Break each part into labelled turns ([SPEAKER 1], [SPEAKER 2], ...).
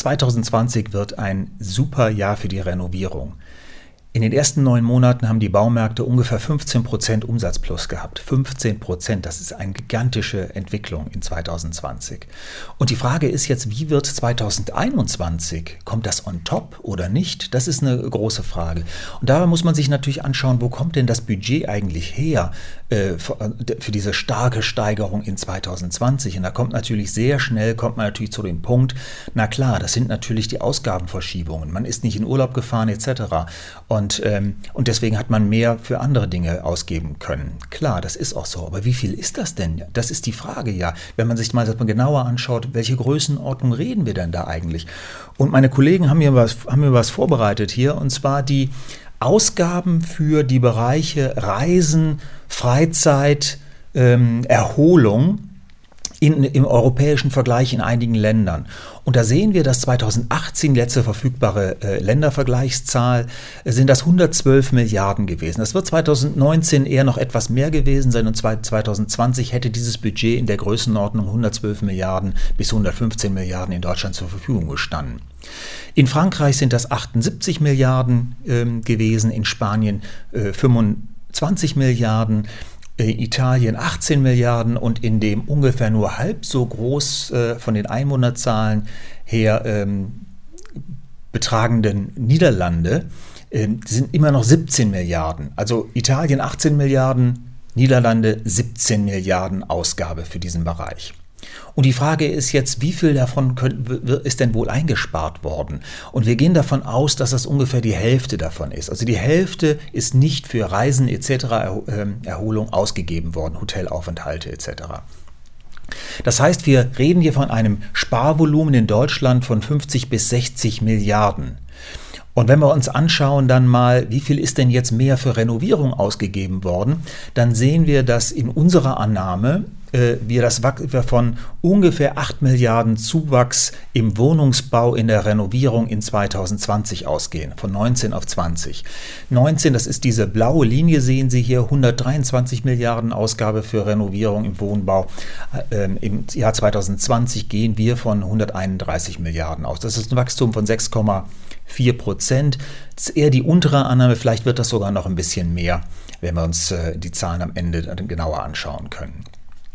[SPEAKER 1] 2020 wird ein super Jahr für die Renovierung. In den ersten 9 Monaten haben die Baumärkte ungefähr 15% Umsatzplus gehabt. 15%, das ist eine gigantische Entwicklung in 2020. Und die Frage ist jetzt, wie wird 2021? Kommt das on top oder nicht? Das ist eine große Frage. Und da muss man sich natürlich anschauen, wo kommt denn das Budget eigentlich her für diese starke Steigerung in 2020? Und da kommt natürlich sehr schnell, zu dem Punkt, na klar, das sind natürlich die Ausgabenverschiebungen. Man ist nicht in Urlaub gefahren etc. Und deswegen hat man mehr für andere Dinge ausgeben können. Klar, das ist auch so. Aber wie viel ist das denn? Das ist die Frage ja. Wenn man sich mal genauer anschaut, welche Größenordnung reden wir denn da eigentlich? Und meine Kollegen haben mir was vorbereitet hier, und zwar die Ausgaben für die Bereiche Reisen, Freizeit, Erholung im europäischen Vergleich in einigen Ländern. Und da sehen wir, dass 2018, letzte verfügbare Ländervergleichszahl, sind das 112 Milliarden gewesen. Das wird 2019 eher noch etwas mehr gewesen sein, und 2020 hätte dieses Budget in der Größenordnung 112 Milliarden bis 115 Milliarden in Deutschland zur Verfügung gestanden. In Frankreich sind das 78 Milliarden gewesen, in Spanien 25 Milliarden, Italien 18 Milliarden und in dem ungefähr nur halb so groß von den Einwohnerzahlen her betragenden Niederlande sind immer noch 17 Milliarden. Also Italien 18 Milliarden, Niederlande 17 Milliarden Ausgabe für diesen Bereich. Und die Frage ist jetzt, wie viel davon ist denn wohl eingespart worden? Und wir gehen davon aus, dass das ungefähr die Hälfte davon ist. Also die Hälfte ist nicht für Reisen etc. Erholung ausgegeben worden, Hotelaufenthalte etc. Das heißt, wir reden hier von einem Sparvolumen in Deutschland von 50 bis 60 Milliarden. Und wenn wir uns anschauen dann mal, wie viel ist denn jetzt mehr für Renovierung ausgegeben worden, dann sehen wir, dass in unserer Annahme wir von ungefähr 8 Milliarden Zuwachs im Wohnungsbau in der Renovierung in 2020 ausgehen, von 19 auf 20. 19, das ist diese blaue Linie, sehen Sie hier, 123 Milliarden Ausgabe für Renovierung im Wohnbau. Im Jahr 2020 gehen wir von 131 Milliarden aus. Das ist ein Wachstum von 6,4%. Das ist eher die untere Annahme, vielleicht wird das sogar noch ein bisschen mehr, wenn wir uns die Zahlen am Ende genauer anschauen können.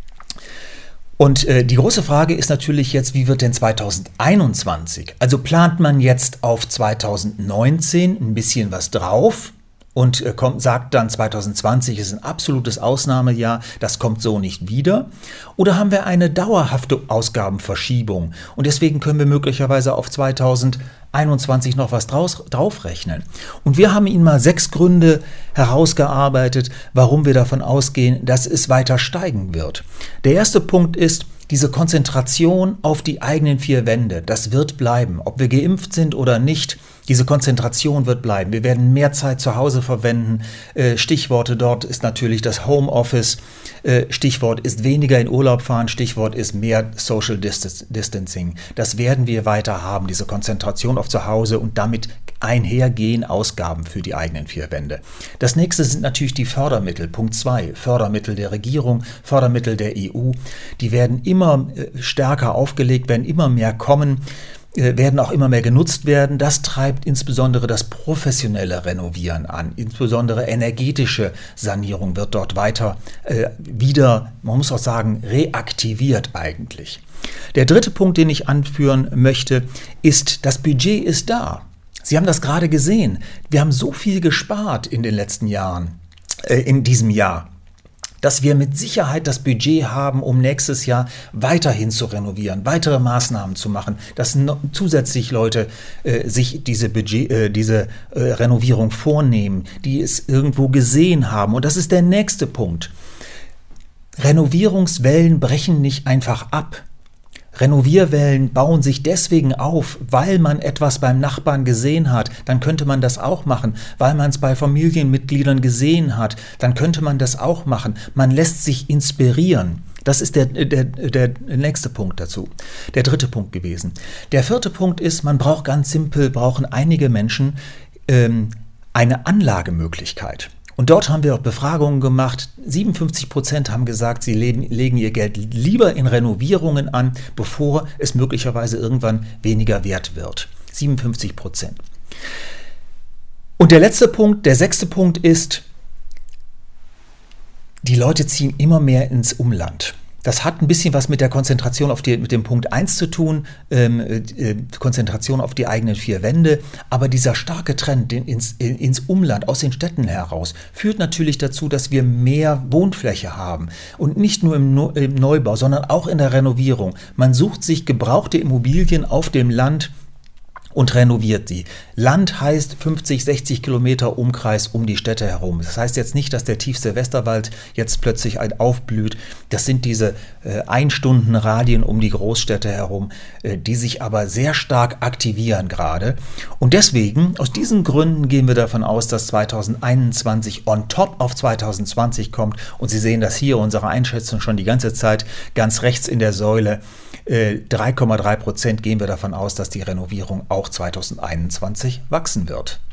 [SPEAKER 1] Und die große Frage ist natürlich jetzt, wie wird denn 2021? Also plant man jetzt auf 2019 ein bisschen was drauf und sagt dann 2020 ist ein absolutes Ausnahmejahr, das kommt so nicht wieder? Oder haben wir eine dauerhafte Ausgabenverschiebung und deswegen können wir möglicherweise auf 2021 noch was draufrechnen? Und wir haben Ihnen mal 6 Gründe herausgearbeitet, warum wir davon ausgehen, dass es weiter steigen wird. Der erste Punkt ist, diese Konzentration auf die eigenen 4 Wände, das wird bleiben. Ob wir geimpft sind oder nicht, diese Konzentration wird bleiben. Wir werden mehr Zeit zu Hause verwenden. Stichworte dort ist natürlich das Homeoffice. Stichwort ist weniger in Urlaub fahren. Stichwort ist mehr Social Distancing. Das werden wir weiter haben, diese Konzentration auf zu Hause und damit einhergehen Ausgaben für die eigenen 4 Wände. Das nächste sind natürlich die Fördermittel. Punkt 2, Fördermittel der Regierung, Fördermittel der EU. Die werden immer stärker aufgelegt, werden immer mehr kommen, werden auch immer mehr genutzt werden. Das treibt insbesondere das professionelle Renovieren an. Insbesondere energetische Sanierung wird dort weiter wieder, man muss auch sagen, reaktiviert eigentlich. Der dritte Punkt, den ich anführen möchte, ist, das Budget ist da. Sie haben das gerade gesehen. Wir haben so viel gespart in den letzten Jahren, in diesem Jahr, dass wir mit Sicherheit das Budget haben, um nächstes Jahr weiterhin zu renovieren, weitere Maßnahmen zu machen, dass zusätzlich Leute sich diese Renovierung vornehmen, die es irgendwo gesehen haben. Und das ist der nächste Punkt. Renovierungswellen brechen nicht einfach ab. Renovierwellen bauen sich deswegen auf, weil man etwas beim Nachbarn gesehen hat, dann könnte man das auch machen. Weil man es bei Familienmitgliedern gesehen hat, dann könnte man das auch machen. Man lässt sich inspirieren. Das ist der nächste Punkt dazu. Der dritte Punkt gewesen. Der vierte Punkt ist, brauchen einige Menschen eine Anlagemöglichkeit. Und dort haben wir auch Befragungen gemacht. 57% haben gesagt, sie legen ihr Geld lieber in Renovierungen an, bevor es möglicherweise irgendwann weniger wert wird. 57%. Und der letzte Punkt, der 6. Punkt ist, die Leute ziehen immer mehr ins Umland. Das hat ein bisschen was mit der Konzentration mit dem Punkt 1 zu tun, Konzentration auf die eigenen 4 Wände. Aber dieser starke Trend ins Umland, aus den Städten heraus, führt natürlich dazu, dass wir mehr Wohnfläche haben. Und nicht nur im Neubau, sondern auch in der Renovierung. Man sucht sich gebrauchte Immobilien auf dem Land und renoviert sie. Land heißt 50, 60 Kilometer Umkreis um die Städte herum. Das heißt jetzt nicht, dass der tiefste Westerwald jetzt plötzlich aufblüht. Das sind diese 1-Stunden-Radien um die Großstädte herum, die sich aber sehr stark aktivieren gerade. Und deswegen, aus diesen Gründen gehen wir davon aus, dass 2021 on top auf 2020 kommt. Und Sie sehen das hier, unsere Einschätzung schon die ganze Zeit, ganz rechts in der Säule. 3,3% gehen wir davon aus, dass die Renovierung auch 2021 wachsen wird.